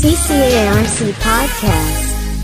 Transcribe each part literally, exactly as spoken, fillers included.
ซี ซี เอ อาร์ ซี Podcast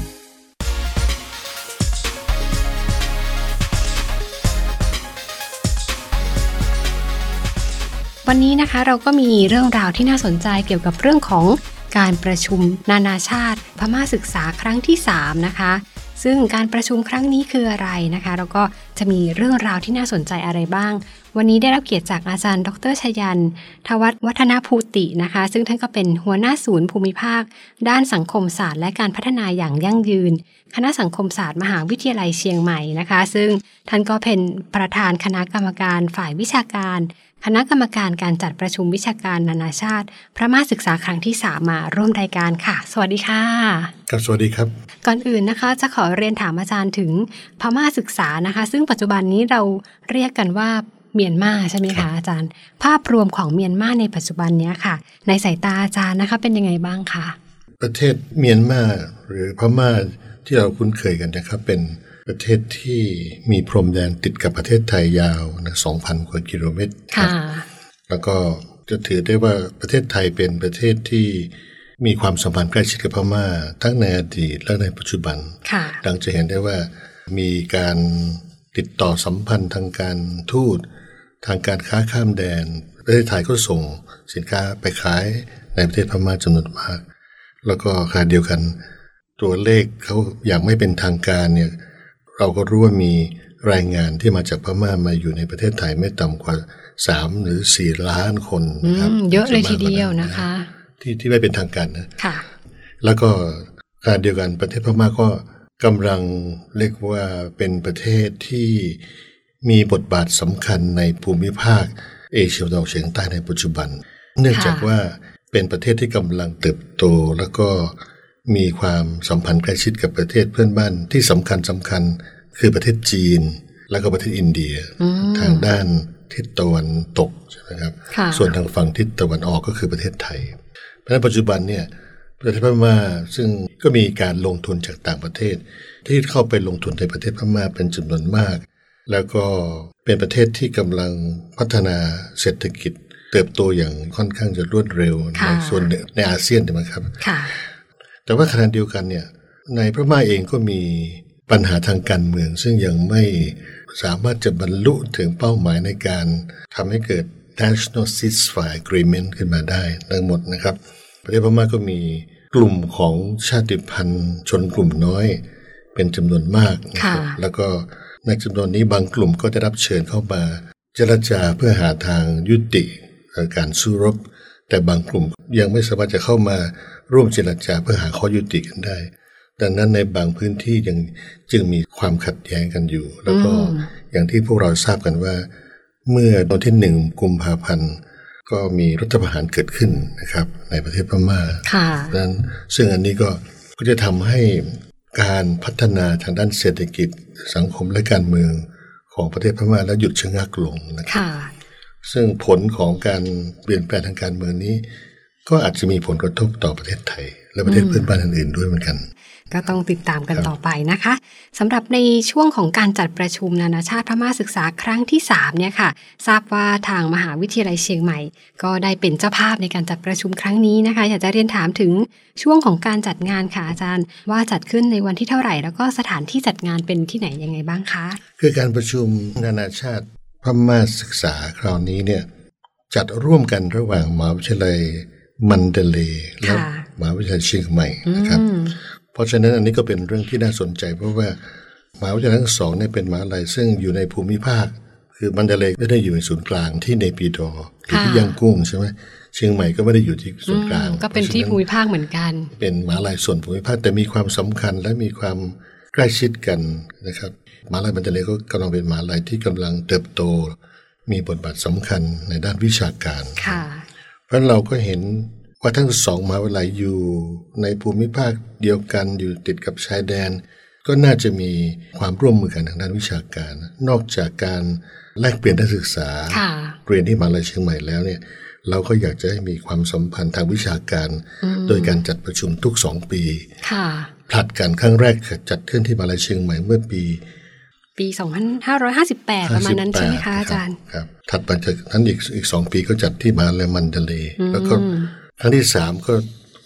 วันนี้นะคะเราก็มีเรื่องราวที่น่าสนใจเกี่ยวกับเรื่องของการประชุมนานาชาติพม่าศึกษาครั้งที่สามนะคะซึ่งการประชุมครั้งนี้คืออะไรนะคะแล้วก็จะมีเรื่องราวที่น่าสนใจอะไรบ้างวันนี้ได้รับเกียรติจากอาจารย์ดร.ชยันทวัฒน์วัฒนภูตินะคะซึ่งท่านก็เป็นหัวหน้าศูนย์ภูมิภาคด้านสังคมศาสตร์และการพัฒนาอย่างยั่งยืนคณะสังคมศาสตร์มหาวิทยาลัยเชียงใหม่นะคะซึ่งท่านก็เป็นประธานคณะกรรมการฝ่ายวิชาการคณะกรรมการการจัดประชุมวิชาการนานาชาติพม่าศึกษาครั้งที่สามมาร่วมรายการค่ะสวัสดีค่ะครับสวัสดีครับก่อนอื่นนะคะจะขอเรียนถามอาจารย์ถึงพม่าศึกษานะคะซึ่งปัจจุบันนี้เราเรียกกันว่าเมียนมาใช่ไหมคะอาจารย์ภาพรวมของเมียนมาในปัจจุบันนี้ค่ะในสายตาอาจารย์นะคะเป็นยังไงบ้างคะประเทศเมียนมาหรือพม่าที่เราคุ้นเคยกันนะครับเป็นประเทศที่มีพรมแดนติดกับประเทศไทยยาวนะ สองพัน กว่ากิโลเมตรค่ะแล้วก็จะถือได้ว่าประเทศไทยเป็นประเทศที่มีความสัมพันธ์ใกล้ชิดกับพม่าทั้งในอดีตและในปัจจุบันค่ะดังจะเห็นได้ว่ามีการติดต่อสัมพันธ์ทางการทูตทางการค้าข้ามแดนประเทศไทยก็ส่งสินค้าไปขายในประเทศพม่าจำนวนมากแล้วก็ขณะเดียวกันตัวเลขเขาอย่างไม่เป็นทางการเนี่ยเราก็รู้ว่ามีรายงานที่มาจากพม่ามาอยู่ในประเทศไทยไม่ต่ำกว่าสามหรือสี่ล้านคนนะครับเยอะเลยทีเดียวนะคะที่ที่ไม่เป็นทางการนะค่ะแล้วก็ขณะเดียวกันประเทศพม่าก็กำลังเรียกว่าเป็นประเทศที่มีบทบาทสำคัญในภูมิภาคเอเชียตะวันออกเฉียงใต้ในปัจจุบันเนื่องจากว่าเป็นประเทศที่กำลังเติบโตแล้วก็มีความสัมพันธ์ใกล้ชิดกับประเทศเพื่อนบ้านที่สำคัญสำคัญคือประเทศจีนแล้วก็ประเทศอินเดียทางด้านทิศตะวันตกใช่ไหมครับส่วนทางฝั่งทิศตะวันออกก็คือประเทศไทยเพราะฉะนั้นปัจจุบันเนี่ยประเทศพม่าซึ่งก็มีการลงทุนจากต่างประเทศที่เข้าไปลงทุนในประเทศพม่าเป็นจำนวนมากแล้วก็เป็นประเทศที่กำลังพัฒนาเศรษฐกิจเติบโตอย่างค่อนข้างจะรวดเร็วในส่วนในอาเซียนใช่ไหมครับแต่ว่าขณะเดียวกันเนี่ยในพม่าเองก็มีปัญหาทางการเมืองซึ่งยังไม่สามารถจะบรรลุถึงเป้าหมายในการทำให้เกิด National Ceasefire Agreement ขึ้นมาได้ทั้งหมดนะครับประเทศพม่าก็มีกลุ่มของชาติพันธุ์ชนกลุ่มน้อยเป็นจำนวนมากนะครับแล้วก็ในจำนวนนี้บางกลุ่มก็ได้รับเชิญเข้ามาเจรจาเพื่อหาทางยุติการสู้รบแต่บางกลุ่มยังไม่สามารถจะเข้ามาร่วมเจรจาเพื่อหาข้อยุติกันได้ดังนั้นในบางพื้นที่ยังจึงมีความขัดแย้งกันอยู่แล้วก็อย่างที่พวกเราทราบกันว่าเมื่อวันที่หนึ่งกุมภาพันธ์ก็มีรัฐประหารเกิดขึ้นนะครับในประเทศพม่าดังนั้นซึ่งอันนี้ก็ก็จะทำให้การพัฒนาทางด้านเศรษฐกิจสังคมและการเมืองของประเทศพม่าแล้วหยุดชะงักลงนะครับซึ่งผลของการเปลี่ยนแปลงทางการเมืองนี้ก็อาจจะมีผลกระทบต่อประเทศไทยและประเทศเพื่อนบ้านอื่นๆด้วยเหมือนกันก็ต้องติดตามกันต่อไปนะคะสำหรับในช่วงของการจัดประชุมนานาชาติพม่าศึกษาครั้งที่สามเนี่ยค่ะทราบว่าทางมหาวิทยาลัยเชียงใหม่ก็ได้เป็นเจ้าภาพในการจัดประชุมครั้งนี้นะคะอยากจะเรียนถามถึงช่วงของการจัดงานค่ะอาจารย์ว่าจัดขึ้นในวันที่เท่าไหร่แล้วก็สถานที่จัดงานเป็นที่ไหนยังไงบ้างคะคือการประชุมนานาชาติพม่าศึกษาคราวนี้เนี่ยจัดร่วมกันระหว่างมหาวิทยาลัยมันเดเลย์และมหาวิทยาลัยเชียงใหม่นะครับเพราะฉะนั้นอันนี้ก็เป็นเรื่องที่น่าสนใจเพราะว่ามหาวิทยาลัยทั้งสองเนี่ยเป็นมหาวิทยาลัยซึ่งอยู่ในภูมิภาคคือมันเดเลย์ไม่ได้อยู่ในศูนย์กลางที่เนปิดอร์หรือที่ย่างกุ้งใช่ไหมเชียงใหม่ก็ไม่ได้อยู่ที่ศูนย์กลางก็เป็นที่ภูมิภาคเหมือนกันเป็นมหาวิทยาลัยส่วนภูมิภาคแต่มีความสำคัญและมีความใกล้ชิดกันนะครับมหาวิทยาลัยมันเดเลย์ก็กำลังเป็นมหาวิทยาลัยที่กำลังเติบโตมีบทบาทสำคัญในด้านวิชาการเพราะเราก็เห็นว่าทั้งสองมหาวิทยาลัยอยู่ในภูมิภาคเดียวกันอยู่ติดกับชายแดนก็น่าจะมีความร่วมมือกันทางด้านวิชาการนอกจากการแลกเปลี่ยนนักศึกษาเรียนที่มหาวิทยาลัยเชียงใหม่แล้วเนี่ยเราก็อยากจะให้มีความสัมพันธ์ทางวิชาการโดยการจัดประชุมทุกสองปีผลัดกันครั้งแรกจัดขึ้นที่มหาวิทยาลัยเชียงใหม่เมื่อปีปีสองพันห้าร้อยห้าสิบแปดประมาณนั้นใช่ไหมคะอาจารย์ครับถัดไปจากนั้นอีกอีกสองปีก็จัดที่มหาวิทยาลัยมันเดเลย์แล้วก็ครั้งที่สามก็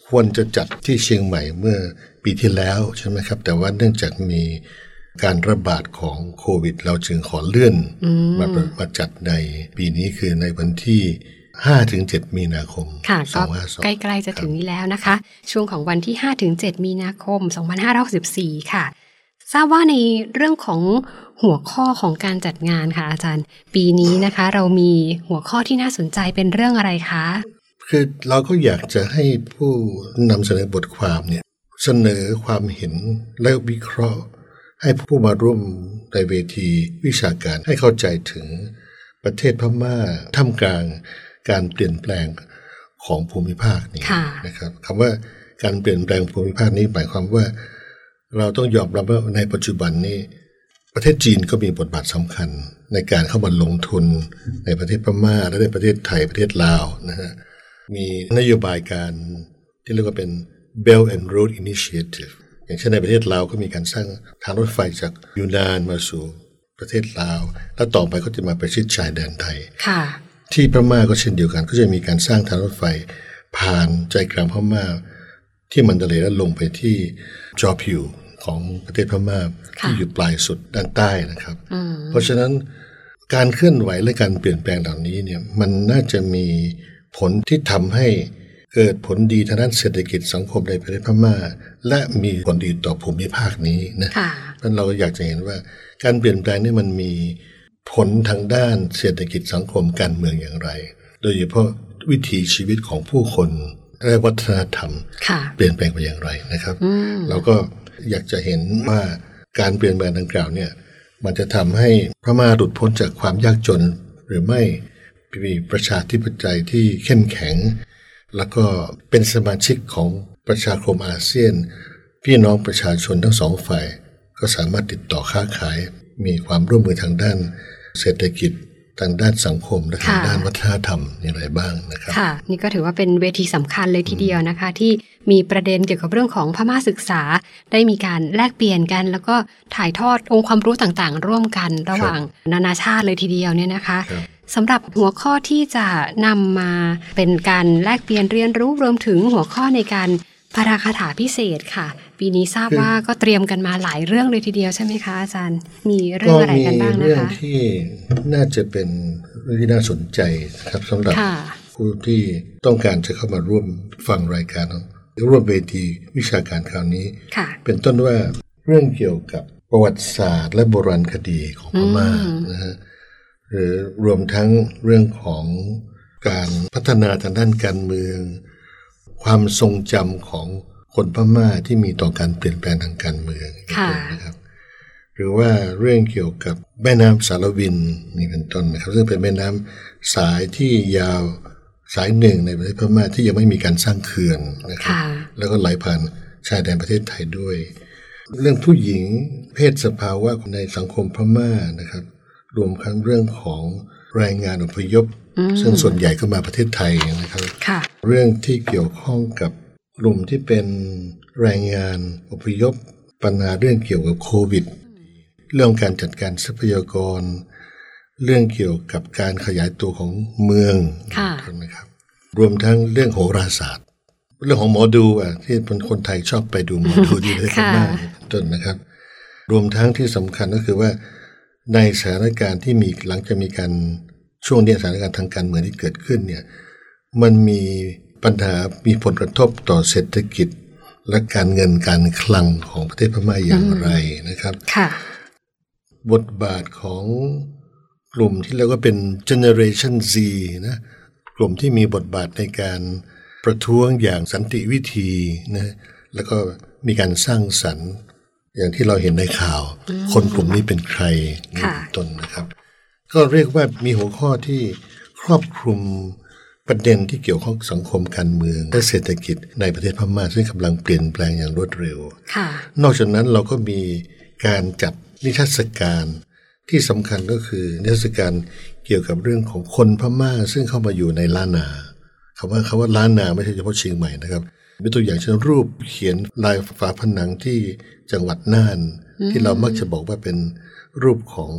ควรจะจัดที่เชียงใหม่เมื่อปีที่แล้วใช่ไหมครับแต่ว่าเนื่องจากมีการระบาดของโควิดเราจึงขอเลื่อนมามาจัดในปีนี้คือในวันที่ห้าถึงเจ็ดมีนาคมค่ะก็ใกล้ๆจะถึงนี้แล้วนะคะช่วงของวันที่ห้าถึงเจ็ดมีนาคมสองพันห้าร้อยหกสิบสี่ค่ะทราบว่าในเรื่องของหัวข้อของการจัดงานค่ะอาจารย์ปีนี้นะคะเรามีหัวข้อที่น่าสนใจเป็นเรื่องอะไรคะคือเราก็อยากจะให้ผู้นำเสนอบทความเนี่ยเสนอความเห็นและวิเคราะห์ให้ผู้มาร่วมในเวทีวิชาการให้เข้าใจถึงประเทศพม่าท่ามกลางการเปลี่ยนแปลงของภูมิภาคนี้นะครับคำว่าการเปลี่ยนแปลงภูมิภาคนี้หมายความว่าเราต้องยอมรับว่าในปัจจุบันนี้ประเทศจีนก็มีบทบาทสำคัญในการเข้ามาลงทุนในประเทศพม่าและในประเทศไทยประเทศลาวนะฮะมีนโยบายการที่เรียกว่าเป็น Belt and Road Initiative อย่างเช่นในประเทศลาวก็มีการสร้างทางรถไฟจากยูนานมาสู่ประเทศลาวแล้วต่อไปก็จะมาประชิดชายแดนไทยที่พม่าก็เช่นเดียวกันก็จะมีการสร้างทางรถไฟผ่านใจกลางพม่าที่มันดาเลย์แล้วลงไปที่จอพิวของประเทศพม่าที่อยู่ปลายสุดด้านใต้นะครับเพราะฉะนั้นการเคลื่อนไหวและการเปลี่ยนแปลงเหล่านี้เนี่ยมันน่าจะมีผลที่ทำให้เกิดผลดีทางด้านเศรษฐกิจสังคมในประเทศพม่าและมีผลดีต่อภูมิภาคนี้นะนั้นเราก็อยากจะเห็นว่าการเปลี่ยนแปลงนี่มันมีผลทางด้านเศรษฐกิจสังคมการเมืองอย่างไรโดยเฉพาะวิถีชีวิตของผู้คนและวัฒนธรรมเปลี่ยนแปลงไปอย่างไรนะครับเราก็อยากจะเห็นว่าการเปลี่ยนแปลงดังกล่าวเนี่ยมันจะทำให้พม่าหลุดพ้นจากความยากจนหรือไม่มีประชาธิปไตยที่เข้มแข็งแล้วก็เป็นสมาชิกของประชาคมอาเซียนพี่น้องประชาชนทั้งสองฝ่ายก็สามารถติดต่อค้าขายมีความร่วมมือทางด้านเศรษฐกิจทางด้านสังคมและทางด้านวัฒนธรรมอย่างไรบ้างนะครับค่ะนี่ก็ถือว่าเป็นเวทีสำคัญเลยทีเดียวนะคะที่มีประเด็นเกี่ยวกับเรื่องของพม่าศึกษาได้มีการแลกเปลี่ยนกันแล้วก็ถ่ายทอดองค์ความรู้ต่างๆร่วมกันระหว่างนานาชาติเลยทีเดียวเนี่ยนะคะสำหรับหัวข้อที่จะนำมาเป็นการแลกเปลี่ยนเรียนรู้รวมถึงหัวข้อในการปาฐกถาพิเศษค่ะปีนี้ทราบว่าก็เตรียมกันมาหลายเรื่องเลยทีเดียวใช่ไหมคะอาจารย์มีเรื่องอะไรกันบ้างนะคะก็มีเรื่องที่น่าจะเป็นเรื่องที่น่าสนใจครับสำหรับผู้ที่ต้องการจะเข้ามาร่วมฟังรายการร่วมเวทีวิชาการคราวนี้เป็นต้นว่าเรื่องเกี่ยวกับประวัติศาสตร์และโบราณคดีของพม่านะฮะหรือรวมทั้งเรื่องของการพัฒนาทางด้านการเมืองความทรงจำของคนพม่าที่มีต่อการเปลี่ยนแปลงทางการเมืองนะครับหรือว่าเรื่องเกี่ยวกับแม่น้ำสารวินนี่เป็นต้นนะครับซึ่งเป็นแม่น้ำสายที่ยาวสายหนึ่งในประเทศพม่าที่ยังไม่มีการสร้างเขื่อนนะครับแล้วก็ไหลผ่านชายแดนประเทศไทยด้วยเรื่องผู้หญิงเพศสภาวะในสังคมพม่านะครับรวมทั้งเรื่องของแรงงานอพยพซึ่งส่วนใหญ่ก็มาประเทศไทยนะครับเรื่องที่เกี่ยวข้องกับกลุ่มที่เป็นแรงงานอพยพปัญหาเรื่องเกี่ยวกับโควิดเรื่องการจัดการทรัพยากรเรื่องเกี่ยวกับการขยายตัวของเมืองนะครับรวมทั้งเรื่องโหราศาสตร์เรื่องของหมอดูอ่ะที่คนไทยชอบไปดูหมอดูที่ประเทศพม่าต้นนะครับรวมทั้งที่สำคัญก็คือว่าในสถานการณ์ที่มีหลังจากมีการช่วงนี้สถานการณ์ทางการเมืองที่เกิดขึ้นเนี่ยมันมีปัญหามีผลกระทบต่อเศรษฐกิจและการเงินการคลังของประเทศพม่าอย่างไรนะครับบทบาทของกลุ่มที่เรียกว่าเป็น Generation Z นะกลุ่มที่มีบทบาทในการประท้วงอย่างสันติวิธีนะแล้วก็มีการสร้างสรรค์อย่างที่เราเห็นในข่าวคนกลุ่มนี้เป็นใครนี่ต้นนะครับก็เรียกว่ามีหัวข้อที่ครอบคลุมประเด็นที่เกี่ยวข้องสังคมการเมืองและเศรษฐกิจในประเทศพม่าซึ่งกำลังเปลี่ยนแปลงอย่างรวดเร็วนอกจากนั้นเราก็มีการจัดนิทรรศการที่สำคัญก็คือนิทรรศการเกี่ยวกับเรื่องของคนพม่าซึ่งเข้ามาอยู่ในล้านนาคำว่าคำว่าล้านนาไม่ใช่เฉพาะเชียงใหม่นะครับมีตัวอย่างเช่นรูปเขียนลายฝาผนังที่จังหวัดน่านที่เรามักจะบอกว่าเป็นรูปของ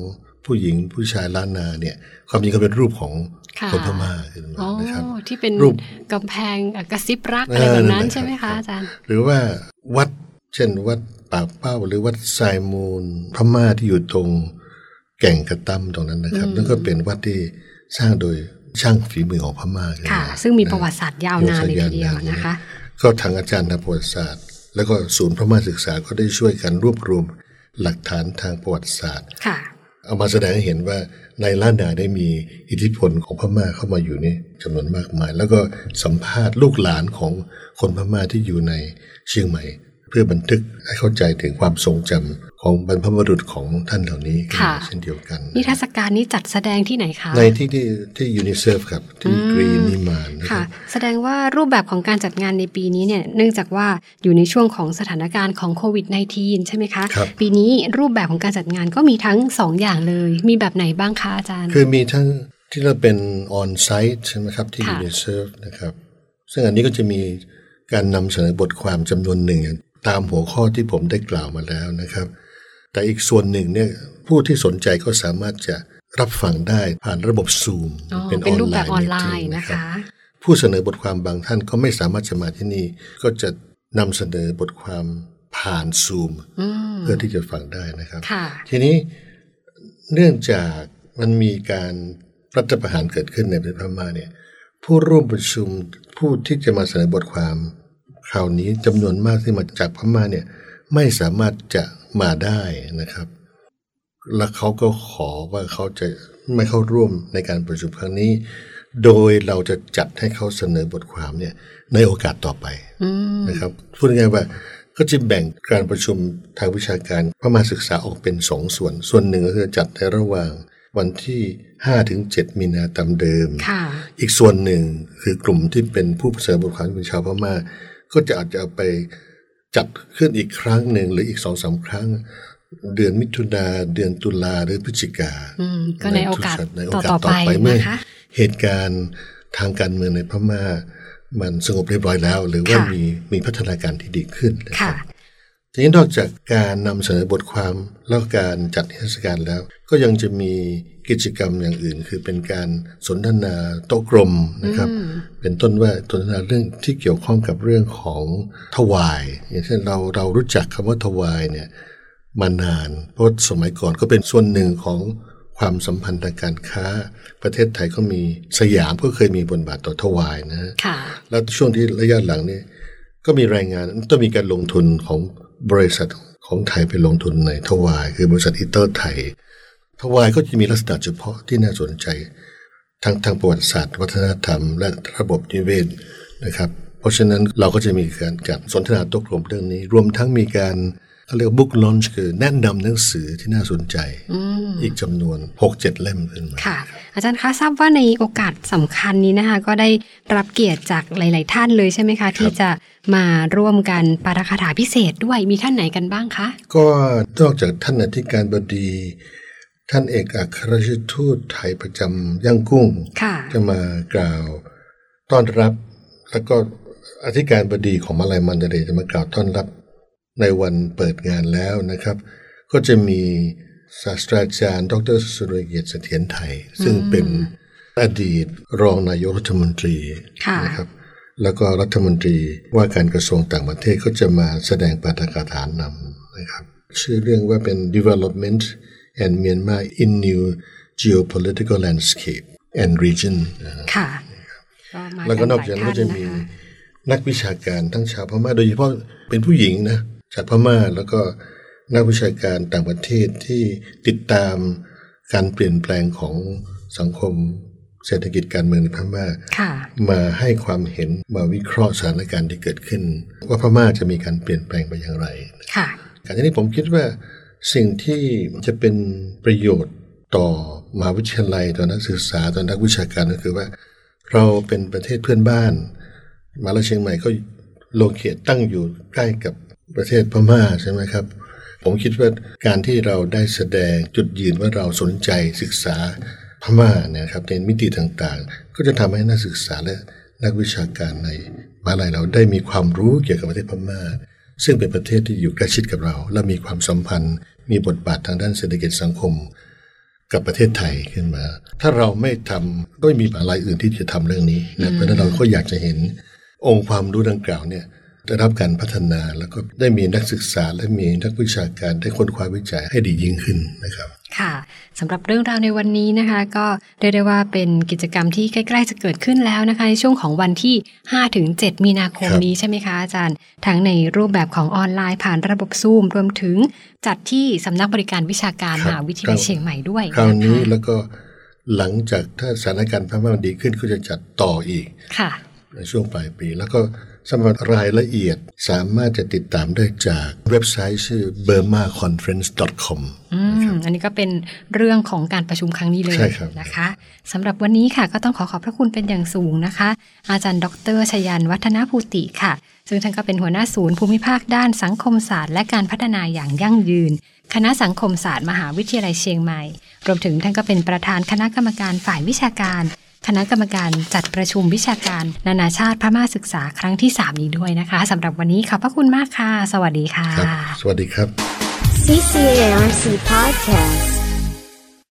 ผู้หญิงผู้ชายล้านนาเนี่ยความจริงก็เป็นรูปของคนพม่าขึ้นมานะครับที่เป็นรูปกำแพงกระซิบรักอะไรแบบนั้นใช่ไหมคะอาจารย์หรือว่าวัดเช่นวัดปากเป้าหรือวัดไซมูลพม่าที่อยู่ตรงแก่งกระตั้มตรงนั้นนะครับนั่นก็เป็นวัดที่สร้างโดยช่างฝีมือของพม่าค่ะซึ่งมีประวัติศาสตร์ยาวนานเลยทีเดียวนะคะก็ทางอาจารย์ทางประวัติศาสตร์แล้วก็ศูนย์พม่าศึกษาก็ได้ช่วยกันรวบรวมหลักฐานทางประวัติศาสตร์เอามาแสดงให้เห็นว่าในล้านนาได้มีอิทธิพลของพม่าเข้ามาอยู่นี่จำนวนมากมายแล้วก็สัมภาษณ์ลูกหลานของคนพม่าที่อยู่ในเชียงใหม่เพื่อบันทึกให้เข้าใจถึงความทรงจำของบรรพบุรุษของท่านเหล่านี้เช่นเดียวกันนิทรรศการนี้จัดแสดงที่ไหนคะในที่ที่ที่ยูนิเซฟครับที่กรีนนิมานค่ะแสดงว่ารูปแบบของการจัดงานในปีนี้เนี่ยเนื่องจากว่าอยู่ในช่วงของสถานการณ์ของโควิด สิบเก้า ใช่ไหมคะปีนี้รูปแบบของการจัดงานก็มีทั้งสองอย่างเลยมีแบบไหนบ้างคะอาจารย์คือมีทั้งที่เราเป็นออนไซต์ใช่ไหมครับที่ยูนิเซฟนะครับซึ่งอันนี้ก็จะมีการนำเสนอบทความจำนวนหนึ่งตามหัวข้อที่ผมได้กล่าวมาแล้วนะครับแต่อีกส่วนหนึ่งเนี่ยผู้ที่สนใจก็สามารถจะรับฟังได้ผ่านระบบ Zoom เป็นออนไลน์นะคะผู้เสนอบทความบางท่านก็ไม่สามารถจะมาที่นี่ก็จะนำเสนอบทความผ่าน Zoom เพื่อที่จะฟังได้นะครับทีนี้เนื่องจากมันมีการรัฐประหารเกิดขึ้นในประเทศพม่าเนี่ยผู้ร่วมประชุมผู้ที่จะมาเสนอบทความคราวนี้จำนวนมากที่มาจากพม่าเนี่ยไม่สามารถจะมาได้นะครับและเขาก็ขอว่าเขาจะไม่เข้าร่วมในการประชุมครั้งนี้โดยเราจะจัดให้เขาเสนอบทความเนี่ยในโอกาสต่อไปนะครับพูดง่ายๆว่าก็จะแบ่งการประชุมทางวิชาการพม่าศึกษาออกเป็นสองส่วนส่วนหนึ่งก็คือจัดในระหว่างวันที่ ห้าถึงเจ็ด มีนาตามเดิมอีกส่วนหนึ่งคือกลุ่มที่เป็นผู้เสนอบทความเป็นชาวพม่าก็จะอาจจะเอาไปจัดขึ้นอีกครั้งหนึ่งหรืออีก สองสาม ครั้งเดือนมิถุนาเดือนตุลาหรือพฤศจิกาก็ในโอกาสต่อไปเมื่อเหตุการณ์ทางการเมืองในพม่ามันสงบเรียบร้อยแล้วหรือว่ามีมีพัฒนาการที่ดีขึ้นนะครับทีนี้นอกจากการนำเสนอบทความแล้วการจัดนิทรรศการแล้วก็ยังจะมีกิจกรรมอย่างอื่นคือเป็นการสนทนาโต๊ะกลมนะครับเป็นต้นว่าสนทนาเรื่องที่เกี่ยวข้องกับเรื่องของถวายอย่างเช่นเราเรารู้จักคำว่าถวายเนี่ยมานานเพราะสมัยก่อนก็เป็นส่วนหนึ่งของความสัมพันธ์ทางการค้าประเทศไทยก็มีสยามก็เคยมีบทบาทต่อถวายนะแล้วช่วงที่ระยะหลังนี่ก็มีรายงานต้องมีการลงทุนของบริษัทของไทยไปลงทุนในถวายคือบริษัทอีเตอร์ไทยถวายก็จะมีลักษณะเฉพาะที่น่าสนใจทั้งทางประวัติศาสตร์วัฒนธรรมและระบบนิเวศนะครับเพราะฉะนั้นเราก็จะมีการจัดสนทนาโต๊ะกลมเรื่องนี้รวมทั้งมีการเขาเรียกบุ๊กลอนช์คือแนะนำหนังสือที่น่าสนใจ อ, อีกจำนวน หกเจ็ด เล่มขึ้นมาค่ะอาจารย์คะทราบว่าในโอกาสสำคัญนี้นะคะก็ได้รับเกียรติจากหลายๆท่านเลยใช่ไหมคะที่จะมาร่วมกันปาฐกถาพิเศษด้วยมีท่านไหนกันบ้างคะก็นอกจากท่านอธิการบดีท่านเอกอัครราชทูตไทยประจำย่างกุ้งจะมากล่าวต้อนรับแล้วก็อธิการบดีของมาลัยมันเดเลย์จะมากล่าวต้อนรับในวันเปิดงานแล้วนะครับก็จะมีศาสตราจารย์ดร.สุรเกียรติเสถียรไทยซึ่งเป็นอดีตรองนายกรัฐมนตรีนะครับแล้วก็รัฐมนตรีว่าการกระทรวงต่างประเทศก็จะมาแสดงปาฐกถานำนะครับชื่อเรื่องว่าเป็น Development and Myanmar in New Geopolitical Landscape and Region ค่ะแล้วก็นอกจากนั้นก็จะมีนักวิชาการทั้งชาวพม่าโดยเฉพาะเป็นผู้หญิงนะจากพม่าแล้วก็นักวิชาการต่างประเทศที่ติดตามการเปลี่ยนแปลงของสังคมเศรษฐกิจการเมืองในพม่ามาให้ความเห็นมาวิเคราะห์สถานการณ์ที่เกิดขึ้นว่าพม่าจะมีการเปลี่ยนแปลงไปอย่างไรค่ะการนี้ผมคิดว่าสิ่งที่จะเป็นประโยชน์ต่อมหาวิทยาลัยต่อนักศึกษาต่อนักวิชาการก็คือว่าเราเป็นประเทศเพื่อนบ้านมหาวิทยาลัยเชียงใหม่ก็โลเคตตั้งอยู่ใกล้กับประเทศพม่าใช่ไหมครับผมคิดว่าการที่เราได้แสดงจุดยืนว่าเราสนใจศึกษาพม่าเนี่ยครับในมิติต่างๆก็จะทำให้นักศึกษาและนักวิชาการในมหาวิทยาลัยเราได้มีความรู้เกี่ยวกับประเทศพม่าซึ่งเป็นประเทศที่อยู่ใกล้ชิดกับเราและมีความสัมพันธ์มีบทบาททางด้านเศรษฐกิจสังคมกับประเทศไทยขึ้นมาถ้าเราไม่ทำก็ไม่มีอะไรอื่นที่จะทำเรื่องนี้นะเพราะฉะนั้นเราก็อยากจะเห็นองค์ความรู้ดังกล่าวเนี่ยได้รับการพัฒนาแล้วก็ได้มีนักศึกษาและมีนักวิชาการได้ค้นคว้าวิจัยให้ดียิ่งขึ้นนะครับค่ะสำหรับเรื่องราวในวันนี้นะคะก็เรียกได้ว่าเป็นกิจกรรมที่ใกล้ๆจะเกิดขึ้นแล้วนะคะในช่วงของวันที่ ห้าถึงเจ็ด มีนาคมนี้ใช่ไหมคะอาจารย์ทั้งในรูปแบบของออนไลน์ผ่านระบบ Zoom รวมถึงจัดที่สำนักบริการวิชาการมหาวิทยาลัยเชียงใหม่ด้วยคราวนี้แล้วก็หลังจากถ้าสถานการณ์พม่าดีขึ้นก็จะจัดต่ออีกค่ะในช่วงปลายปีแล้วก็สำหรับรายละเอียดสามารถจะติดตามได้จากเว็บไซต์ชื่อ เบอร์มาคอนเฟอเรนซ์ ดอท คอมอืมอันนี้ก็เป็นเรื่องของการประชุมครั้งนี้เลยนะคะสำหรับวันนี้ค่ะก็ต้องขอขอบพระคุณเป็นอย่างสูงนะคะอาจารย์ดร.ชยันต์วัฒนภูติค่ะซึ่งท่านก็เป็นหัวหน้าศูนย์ภูมิภาคด้านสังคมศาสตร์และการพัฒนาอย่างยั่งยืนคณะสังคมศาสตร์มหาวิทยาลัยเชียงใหม่รวมถึงท่านก็เป็นประธานคณะกรรมการฝ่ายวิชาการคณะกรรมการจัดประชุมวิชาการนานาชาติพม่าศึกษาครั้งที่สามนี้ด้วยนะคะสำหรับวันนี้ขอบพระคุณมากค่ะสวัสดีค่ะสวัสดีครับซี ซี เอ อาร์ ซี Podcast